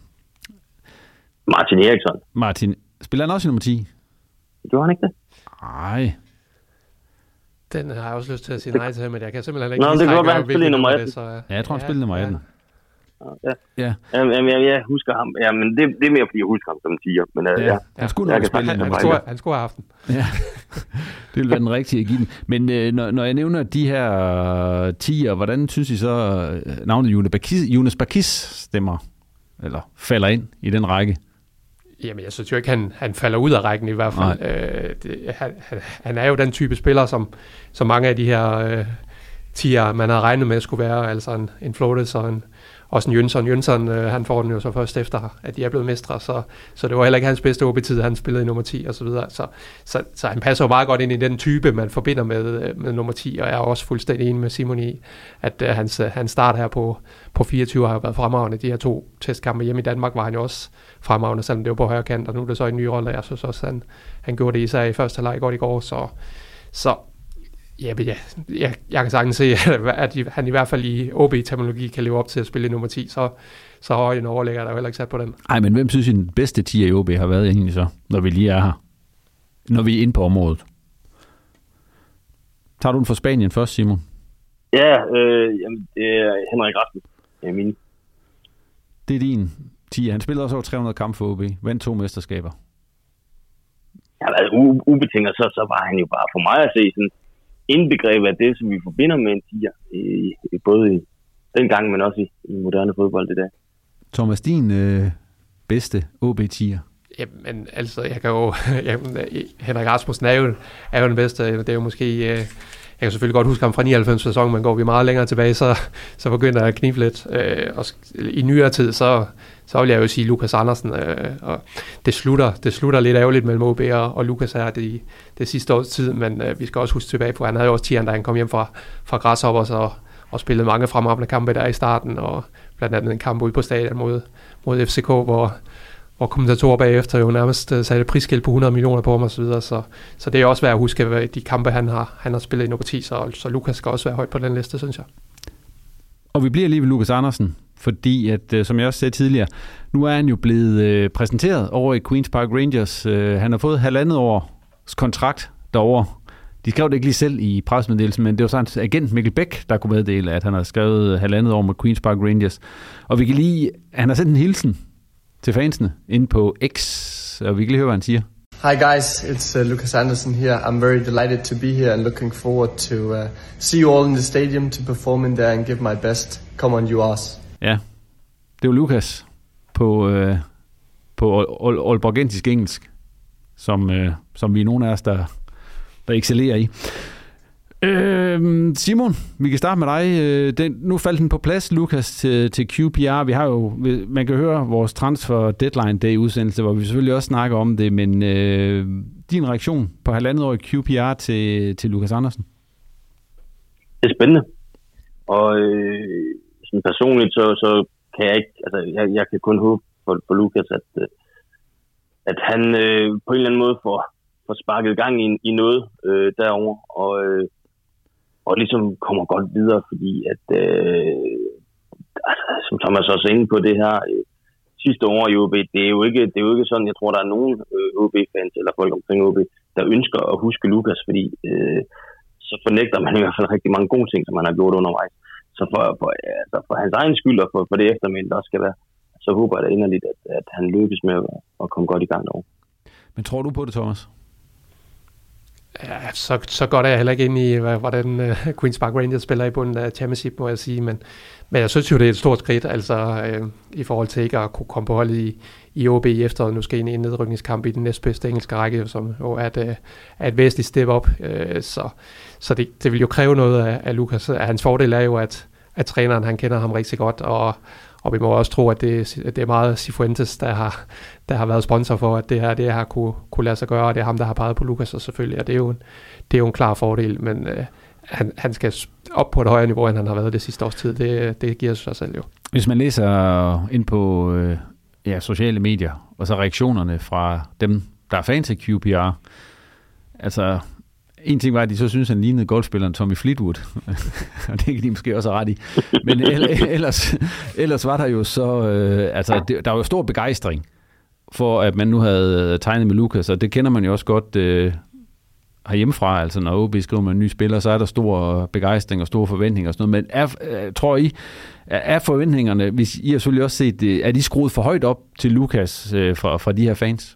Martin Eriksson. Martin. Spiller han også i nummer ti? Gjorde han ikke det? Nej. Den har jeg også lyst til at sige nej til, men jeg kan simpelthen ikke... Nå, det kan godt være, han spiller i nummer atten. Det, så, ja, jeg tror, han ja, spiller nummer atten. Ja. Ja. Jamen, jeg, jeg husker ham. Ja, men det, det er mere, fordi jeg husker ham som tier. Men, ja. Ja. Han skulle nok spille. Han, han, skulle, han skulle have haft den. Ja. Det ville være den rigtige at give den. Men øh, når, når jeg nævner de her tier, hvordan synes I så, øh, navnet Jonas Bakis, Jonas Bakis stemmer, eller falder ind i den række? Jamen, jeg synes jo ikke, han, han falder ud af rækken i hvert fald. Øh, det, han, han er jo den type spiller, som, som mange af de her øh, tier, man har regnet med, skulle være. Altså en, en Flores og en, også en Jønsson. Jønsson, øh, han får den jo så først efter, at de er blevet mestre. Så, så det var heller ikke hans bedste O B-tid, han spillede i nummer ti og så videre. Så, så, så han passer jo meget godt ind i den type, man forbinder med, med nummer ti. Og jeg er også fuldstændig enig med Simon i, at øh, hans, hans start her på, på fireogtyve har jo været fremragende. De her to testkampe hjemme i Danmark var han jo også fremragende, selvom det var på højre kant. Og nu er det så en ny rolle, jeg synes også, han, han gjorde det især i første halvleg godt i går. Så, så ja, ja, jeg, jeg kan sagtens se, at han i hvert fald i O B-terminologi kan leve op til at spille i nummer ti, så, så høj en overlægger, der er jo heller ikke sat på den. Nej, men hvem synes I den bedste tier i O B har været egentlig så, når vi lige er her? Når vi er inde på området. Tager du den fra Spanien først, Simon? Ja, øh, jamen, det er Henrik Rasmussen. Det er min. Det er din tier. Han spillede også over tre hundrede kampe for O B. Vandt to mesterskaber. Ja, altså, u- ubetinget, så, så var han jo bare for mig at se sådan indbegrebet af det, som vi forbinder med en tier, i, i, både i den gang, men også i, i moderne fodbold i dag. Thomas, din øh, bedste O B-tier? Jamen, altså, jeg kan jo... Jamen, Henrik Rasmussen er jo, er jo den bedste. Det er jo måske... Øh, jeg kan selvfølgelig godt huske ham fra nioghalvfems sæson, men går vi meget længere tilbage, så, så begynder jeg at knibe lidt. Øh, og i nyere tid, så, så vil jeg jo sige Lukas Andersen. Øh, og det slutter, det slutter lidt ærgerligt mellem O B og, og Lukas her det, det sidste års tid, men øh, vi skal også huske tilbage på, han havde jo også tieren, da han kom hjem fra, fra Græshoppers og, og spillede mange fremragende kampe der i starten, og blandt andet en kamp ude på stadion mod, mod F C K, hvor og kommentatorer bagefter jo nærmest satte prisskilt på hundrede millioner på ham og så videre, så, så det er også værd at huske de kampe, han har, han har spillet i nummer ti, så, så Lukas skal også være højt på den liste, synes jeg. Og vi bliver lige ved Lukas Andersen, fordi at, som jeg også sagde tidligere, nu er han jo blevet øh, præsenteret over i Queen's Park Rangers. Øh, han har fået halvandet års kontrakt derovre. De skrev det ikke lige selv i pressemeddelelsen, men det var så hans agent Mikkel Bæk, der kunne meddele, at han har skrevet halvandet år med Queen's Park Rangers. Og vi kan lige, han har sendt en hilsen til fansene inde på X, og vi kan lige høre, hvad han siger. Hi guys, it's uh, Lukas Andersen here. I'm very delighted to be here and looking forward to uh, see you all in the stadium to perform in there and give my best. Come on, you Ars. Ja, det var Lukas på, øh, på aalborgensisk engelsk, som, øh, som vi er nogle af os, der, der excellerer i. Øh, Simon, vi kan starte med dig. Den, nu faldt den på plads, Lukas, til, til Q P R. Vi har jo, man kan høre vores transfer deadline day udsendelse, hvor vi selvfølgelig også snakker om det, men øh, din reaktion på halvandet år i Q P R til, til Lukas Andersen? Det er spændende. Og øh, sådan personligt, så, så kan jeg ikke, altså jeg, jeg kan kun håbe for, for Lukas, at, at han øh, på en eller anden måde får, får sparket gang i, i noget øh, derovre, og øh, og ligesom kommer godt videre, fordi at, øh, altså, som Thomas også er inde på det her, øh, sidste år i O B, det er jo ikke, det er jo ikke sådan, jeg tror, der er nogen øh, O B-fans eller folk omkring O B, der ønsker at huske Lukas, fordi øh, så fornægter man i hvert fald rigtig mange gode ting, som han har gjort undervejs. Så for, for, altså for hans egen skyld og for, for det eftermænd, der også skal være, så håber jeg da inderligt, at, at han lykkes med at, at komme godt i gang derovre. Men tror du på det, Thomas? Ja, så, så godt er jeg heller ikke inde i, hvordan uh, Queen's Park Rangers spiller i bunden af Championship, må jeg sige, men, men jeg synes jo, det er et stort skridt, altså øh, i forhold til ikke at kunne komme på holdet i, i O B i efteråret, nu skal ind i en nedrykningskamp i den næstbedste engelske række, som jo er et, er et væsentligt step op, øh, så, så det, det vil jo kræve noget af, af Lukas. Hans fordel er jo, at, at træneren, han kender ham rigtig godt, og Og vi må også tro, at det, det er meget Cifuentes, der har, der har været sponsor for, at det her, det her kunne, kunne lade sig gøre, og det er ham, der har peget på Lukas, og selvfølgelig, og det er jo en, det er jo en klar fordel, men øh, han, han skal op på et højere niveau, end han har været det sidste års tid. Det, det giver sig selv jo. Hvis man læser ind på øh, ja, sociale medier, og så reaktionerne fra dem, der er fans af Q P R, altså en ting var, at de så synes, han lignede golfspilleren Tommy Fleetwood. Og det kan de måske også have ret i. Men ellers, ellers var der jo så... Øh, altså, det, der var jo stor begejstring for, at man nu havde tegnet med Lukas, og det kender man jo også godt øh, herhjemmefra. Altså, når O B skriver med en ny spiller, så er der stor begejstring og store forventninger og sådan noget. Men er, øh, tror I, er forventningerne, hvis I har selvfølgelig også set det, er de skruet for højt op til Lukas øh, fra, fra de her fans?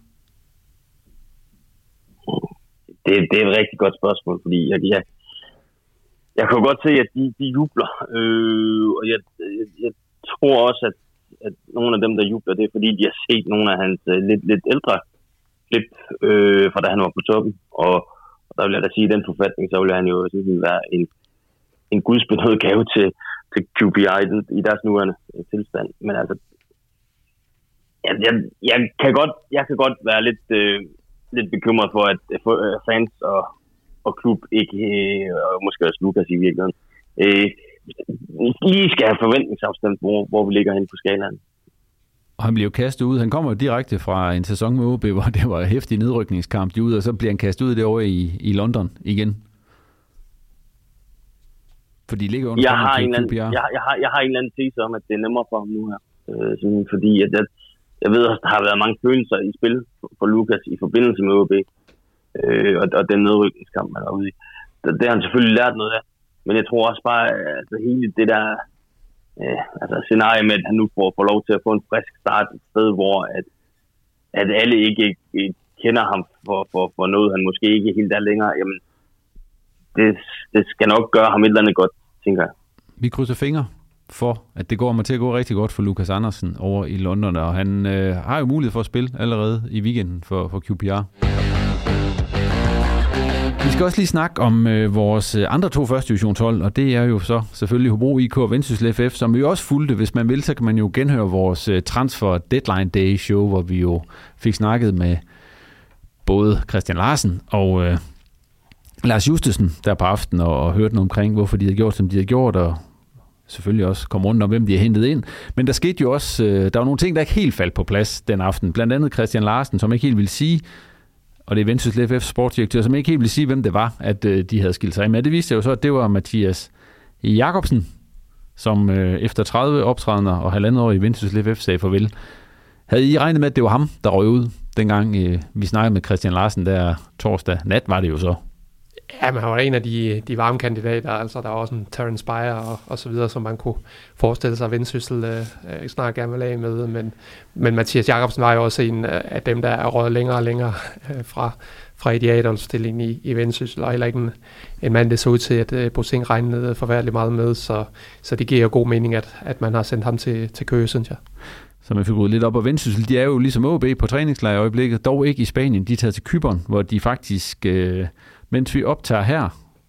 Det, det er et rigtig godt spørgsmål, fordi jeg, jeg, jeg kan jo godt se, at de, de jubler, øh, og jeg, jeg, jeg tror også, at, at nogle af dem, der jubler, det er fordi, de har set nogle af hans uh, lidt, lidt ældre klip, øh, fra da han var på toppen, og, og der vil jeg da sige, at i den forfatning, så vil han jo sådan være en, en gudsbenødet gave til, til Q P R i, den, i deres nuværende tilstand. Men altså, jeg, jeg, jeg, kan, godt, jeg kan godt være lidt... Øh, lidt bekymret for, at fans og, og klub ikke, og måske også Lukas i virkeligheden, øh, lige skal have forventningsafstand, hvor, hvor vi ligger hen på skalaen. Og han bliver jo kastet ud. Han kommer jo direkte fra en sæson med O B, hvor det var en heftig nedrykningskamp de ud, og så bliver han kastet ud derovre i, i London igen. For de ligger under jeg har, en anden, jeg, jeg, har, jeg har en eller anden tese om, at det er nemmere for ham nu her. Øh, sådan, fordi at, at jeg ved også, der har været mange følelser i spil for Lukas i forbindelse med O B, øh, og, og den nedrykningskamp, man er ude i. Det, det har han selvfølgelig lært noget af, men jeg tror også bare, altså hele det der øh, altså scenarie med, at han nu får, får lov til at få en frisk start et sted, hvor at, at alle ikke, ikke kender ham for, for, for noget, han måske ikke helt er længere, jamen det, det skal nok gøre ham et eller andet godt, tænker jeg. Vi krydser fingre for, at det går mig til at gå rigtig godt for Lukas Andersen over i London, og han øh, har jo mulighed for at spille allerede i weekenden for, for Q P R. Vi skal også lige snakke om øh, vores andre to første divisionshold, og det er jo så selvfølgelig Hobro I K og Vendsyssel F F, som vi også fulgte. Hvis man vil, så kan man jo genhøre vores øh, transfer deadline day show, hvor vi jo fik snakket med både Christian Larsen og øh, Lars Justesen der på aftenen, og, og hørte noget omkring, hvorfor de havde gjort, som de havde gjort, og selvfølgelig også komme rundt om, hvem de har hentet ind. Men der skete jo også, øh, der var nogle ting, der ikke helt faldt på plads den aften. Blandt andet Christian Larsen, som ikke helt ville sige, og det er Vendsyssel F F's sportsdirektør, som ikke helt ville sige, hvem det var, at øh, de havde skilt sig af med. Det viste jo så, at det var Mathias Jacobsen, som øh, efter tredive optrædener og halvandet år i Vendsyssel F F sagde farvel. Havde I regnet med, at det var ham, der røg ud, dengang øh, vi snakkede med Christian Larsen der torsdag nat, var det jo så? Ja, men han var en af de, de varme kandidater, altså der var også en Terence Beyer og, og så videre, som man kunne forestille sig, at Vendsyssel øh, snart gerne vil af med, men, men Mathias Jacobsen var jo også en af dem, der er røget længere og længere øh, fra, fra idealopstillingen i, i Vendsyssel, og heller ikke en, en mand, der så ud til, at øh, Bossing regnede forfærdeligt meget med, så, så det giver jo god mening, at, at man har sendt ham til, til Køge, synes jeg. Så man fik ryddet lidt op, og Vendsyssel, de er jo ligesom O B på træningslejr i øjeblikket, dog ikke i Spanien, de er taget til Cypern, hvor de faktisk... Øh, mens vi optager her,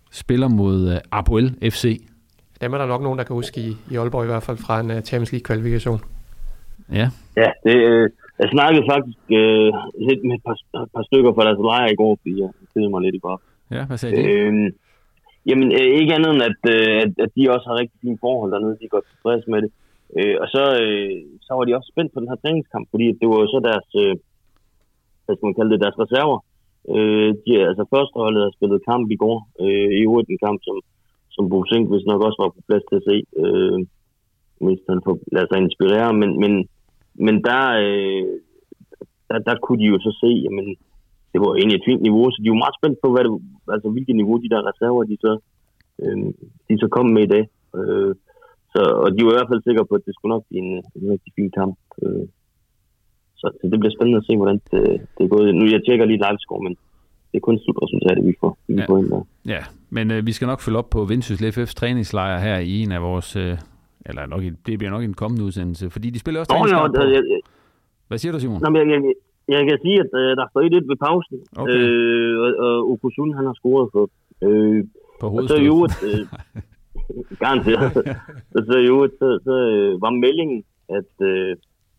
spiller mod uh, Apoel F C. Dem er der nok nogen, der kan huske i, i Aalborg i hvert fald fra en uh, Champions League-kvalifikation. Ja. Ja, det, øh, jeg snakkede faktisk øh, lidt med et par, et par stykker fra deres lejre i går, fordi jeg stillede mig lidt i går. Ja, hvad sagde de? Øh, jamen, øh, ikke andet end, at, øh, at, at de også har rigtig fine forhold dernede. De er godt tilfreds med det. Øh, og så, øh, så var de også spændt på den her træningskamp, fordi det var jo så deres, øh, hvad skal man kalde det, deres reserver. Øh, de, altså førsteholdet har spillet kamp i går. Øh, I øvrigt en kamp, som, som Bo Zink vist nok også var på plads til at se. Øh, mens han får ladet sig inspirere. Men, men, men der, øh, der, der kunne de jo så se, jamen, det var egentlig et fint niveau, så de var meget spændt på, hvad det, altså, hvilket niveau de der reserver, de så, øh, de så kom med i dag. Øh, så, og de var i hvert fald sikre på, at det skulle nok blive en, en rigtig fin kamp. Øh, så, så det bliver spændende at se, hvordan det, det er gået. Nu jeg tjekker lige livescore, men det er kun slutresultatet, vi får, vi ja. får ind der. Ja, men øh, vi skal nok følge op på Vendsyssel F F's træningslejr her i en af vores... Øh, eller nok, det bliver nok en kommende udsendelse, fordi de spiller også træningskamp på... Jeg, jeg, Hvad siger du, Simon? Nå, jeg, jeg, jeg kan sige, at øh, der står et ved pausen, okay. øh, og, og Okusun, han har scoret for... Øh, på hovedstød. Og så øh, garanteret. så, så, jo, så, så øh, var meldingen, at, øh,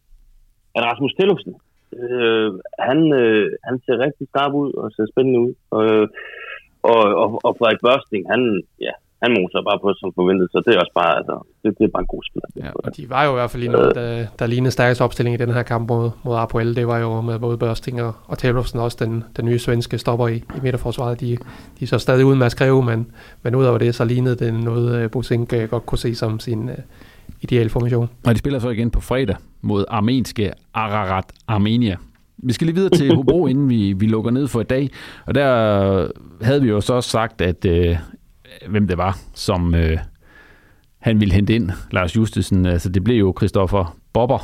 at Rasmus Tellufsen, øh, han, øh, han ser rigtig skarp ud og ser spændende ud. Og, og, og, og Frederik Børsting, han, ja, han moser bare på som forventet, så det er også bare, altså, det, det er bare en god spiller. Ja, og de var jo i hvert fald lige noget, der, der lignede stærkest opstilling i den her kamp mod, mod Apoel. Det var jo med både Børsting og, og Tellufsen, også den, den nye svenske stopper i, i midterforsvaret. De, de er så stadig uden med at skrive, men, men ud over det, så lignede det noget, Bo Zink godt kunne se som sin uh, ideelle formation. Og de spiller så igen på fredag mod armenske Ararat Armenia. Vi skal lige videre til Hobro, inden vi, vi lukker ned for i dag. Og der havde vi jo så også sagt, at øh, hvem det var, som øh, han ville hente ind, Lars Justesen. Altså det blev jo Christoffer Bobber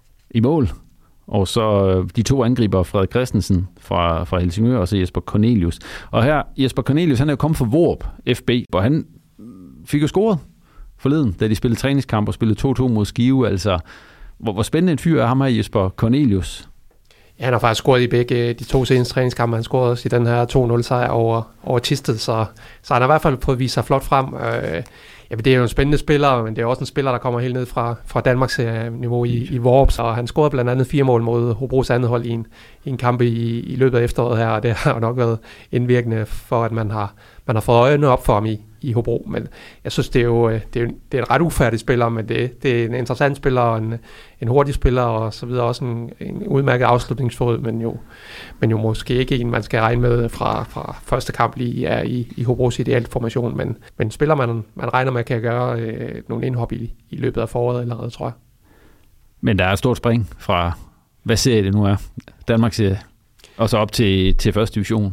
i mål. Og så øh, de to angriber, Frederik Christensen fra, fra Helsingør, og så Jesper Cornelius. Og her, Jesper Cornelius, han er jo kommet fra Vorup F B, og han fik jo scoret forleden, da de spillede træningskamp og spillede to to mod Skive. Altså, hvor, hvor spændende en fyr er ham her, Jesper Cornelius. Ja, han har faktisk scoret i begge de to seneste træningskampe. Han scorede også i den her to nul sejr over, over Thisted, så, så han har i hvert fald fået at vise sig flot frem. Øh, ja, det er jo en spændende spiller, men det er også en spiller, der kommer helt ned fra, fra Danmarks niveau i, i Vorup, så han scorede blandt andet fire mål mod Hobros andet hold i en, i en kamp i, i løbet af efteråret her, og det har nok været indvirkende for, at man har, man har fået øjnene op for ham i, i Hobro. Men jeg synes, det er jo det er, det er en ret ufærdig spiller, men det, det er en interessant spiller og en, en hurtig spiller og så videre. Også en, en udmærket afslutningsfod, men jo, men jo måske ikke en, man skal regne med fra, fra første kamp lige er i, i Hobros ideelt formation. Men, men en spiller, man, man regner med, kan gøre øh, nogle indhop i, i løbet af foråret allerede, tror jeg. Men der er et stort spring fra, hvad serie det nu er, Danmarks serie, og så op til, til første division.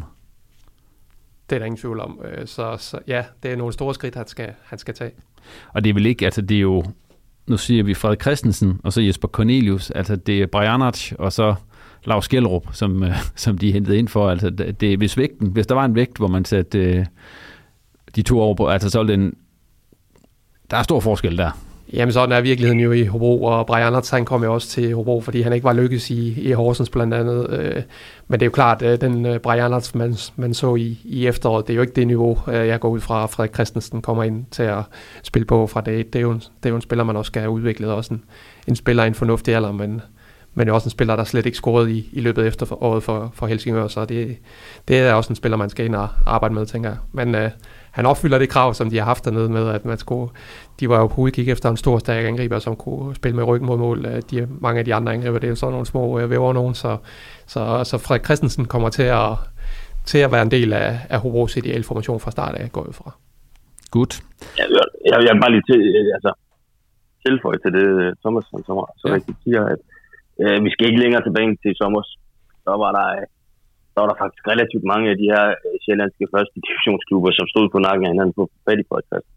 Det er der ingen tvivl om. Så, så ja, det er nogle store skridt, han skal, han skal tage. Og det er vel ikke, altså det er jo, nu siger vi Frederik Christensen, og så Jesper Cornelius, altså det er Brejanac, og så Lars Kjellerup, som, som de hentede ind for. Altså det er hvis vægten, hvis der var en vægt, hvor man satte de to over på, altså så er den, der er stor forskel der. Jamen sådan er virkeligheden jo i Hobro, og Brejanac, han kom jo også til Hobro, fordi han ikke var lykkes i, i Horsens blandt andet. Men det er jo klart, at den Brejanac, man, man så i, i efteråret, det er jo ikke det niveau, jeg går ud fra, Frederik Christensen kommer ind til at spille på fra dag. Det er jo en, det er jo en spiller, man også skal have udviklet, også en, en spiller i en fornuftig alder, men, men også en spiller, der slet ikke scorede i, i løbet efter for, året for, for Helsingør, så det, det er også en spiller, man skal ind og arbejde med, tænker jeg. Men øh, han opfylder det krav, som de har haft dernede med, at man skulle, de var jo på udkig efter en stor, stærk angriber, som kunne spille med ryggen mod mål. De, mange af de andre angriber, det er jo sådan nogle små øh, væver nogen, så, så, så Frederik Christensen kommer til at, til at være en del af, af Hobros ideelle formation fra start af, går ud fra. Godt. Jeg, jeg, jeg vil bare lige til, altså, tilføje til det, Thomas, som så, så ja. rigtigt siger, at øh, vi skal ikke længere tilbage til sommer. Så var der der var der faktisk relativt mange af de her sjællandske første divisionsklubber, som stod på nakken af hinanden på fat i podcast.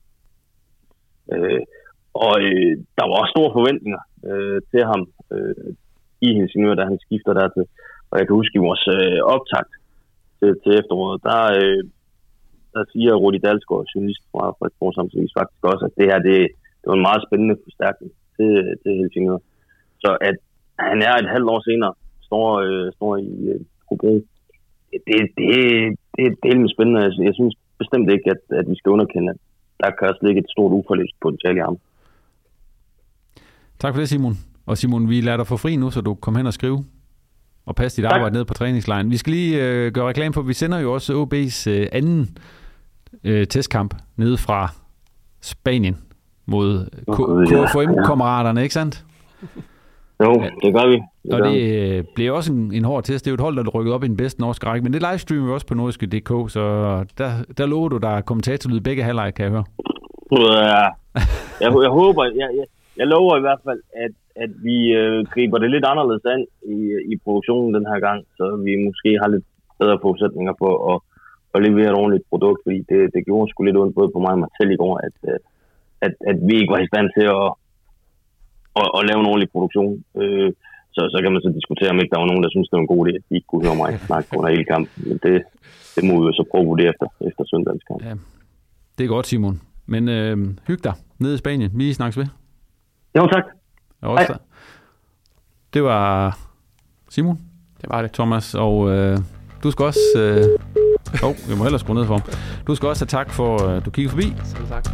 Øh, og øh, der var også store forventninger øh, til ham øh, i Helsingør, da han skifter dertil. Og jeg kan huske i vores øh, optakt til, til efteråret, der, øh, der siger Rudi Dalsgaard, journalist fra Frederiksborg Samtidig, faktisk også, at det her det, det var en meget spændende forstærkning til, til Helsingør. Så at han er et halvt år senere, står, øh, står i øh, Hobro. Det, det, det, det er helt spændende. Jeg synes, bestemt ikke, at, at vi skal underkende, at der kan også ligge et stort uforløst potentiale i ham. Tak for det, Simon. Og Simon, vi lader dig få fri nu, så du kommer hen og skrive og passe dit tak. arbejde ned på træningslejren. Vi skal lige øh, gøre reklame for, vi sender jo også O B's øh, anden øh, testkamp nede fra Spanien mod K F M-kammeraterne, ikke sandt? Jo, det gør vi. Det og gør det øh, bliver også en, en hård test. Det er jo et hold, der er rykket op i den bedste norske række, men det livestreamer vi også på nordiske punktum d k, så der, der lover du, der er kommentatorlyd begge halvleg, kan jeg høre. Ja, jeg, jeg håber, jeg, jeg, jeg lover i hvert fald, at, at vi øh, griber det lidt anderledes an i, i produktionen den her gang, så vi måske har lidt bedre forudsætninger for at, at levere et ordentligt produkt, fordi det, det gjorde sgu lidt ondt både på mig og mig selv i går, at, at, at vi ikke var i stand til at Og, og lave en ordentlig produktion. Øh, så, så kan man så diskutere, om ikke der var nogen, der synes, det var en god idé, at de ikke kunne høre mig snakke under hele kampen. Men det, det må vi jo så prøve at vurdere efter, efter søndagens kamp. Ja, det er godt, Simon. Men øh, hyg dig nede i Spanien. Vi snakkes ved. Jo, tak. Hej. Det var Simon. Det var det. Thomas, og øh, du skal også... Øh, oh, jeg må hellere skrue ned for ham. Du skal også have tak for, at du kiggede forbi. Selv tak.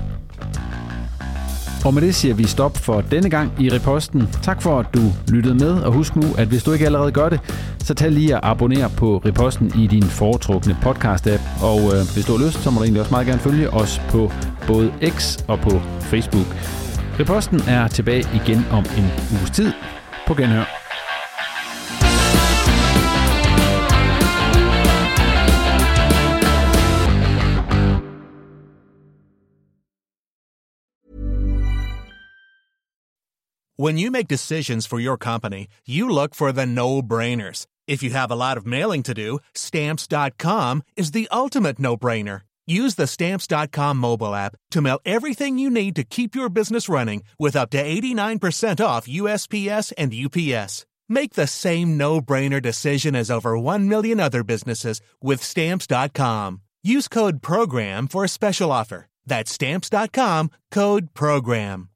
Og med det siger vi stop for denne gang i Riposten. Tak for, at du lyttede med, og husk nu, at hvis du ikke allerede gør det, så tag lige at abonnere på Riposten i din foretrukne podcast-app. Og øh, hvis du har lyst, så må du egentlig også meget gerne følge os på både X og på Facebook. Riposten er tilbage igen om en uges tid. På genhør. When you make decisions for your company, you look for the no-brainers. If you have a lot of mailing to do, Stamps dot com is the ultimate no-brainer. Use the Stamps dot com mobile app to mail everything you need to keep your business running with up to eighty-nine percent off U S P S and U P S. Make the same no-brainer decision as over one million other businesses with Stamps dot com. Use code PROGRAM for a special offer. That's Stamps dot com, code PROGRAM.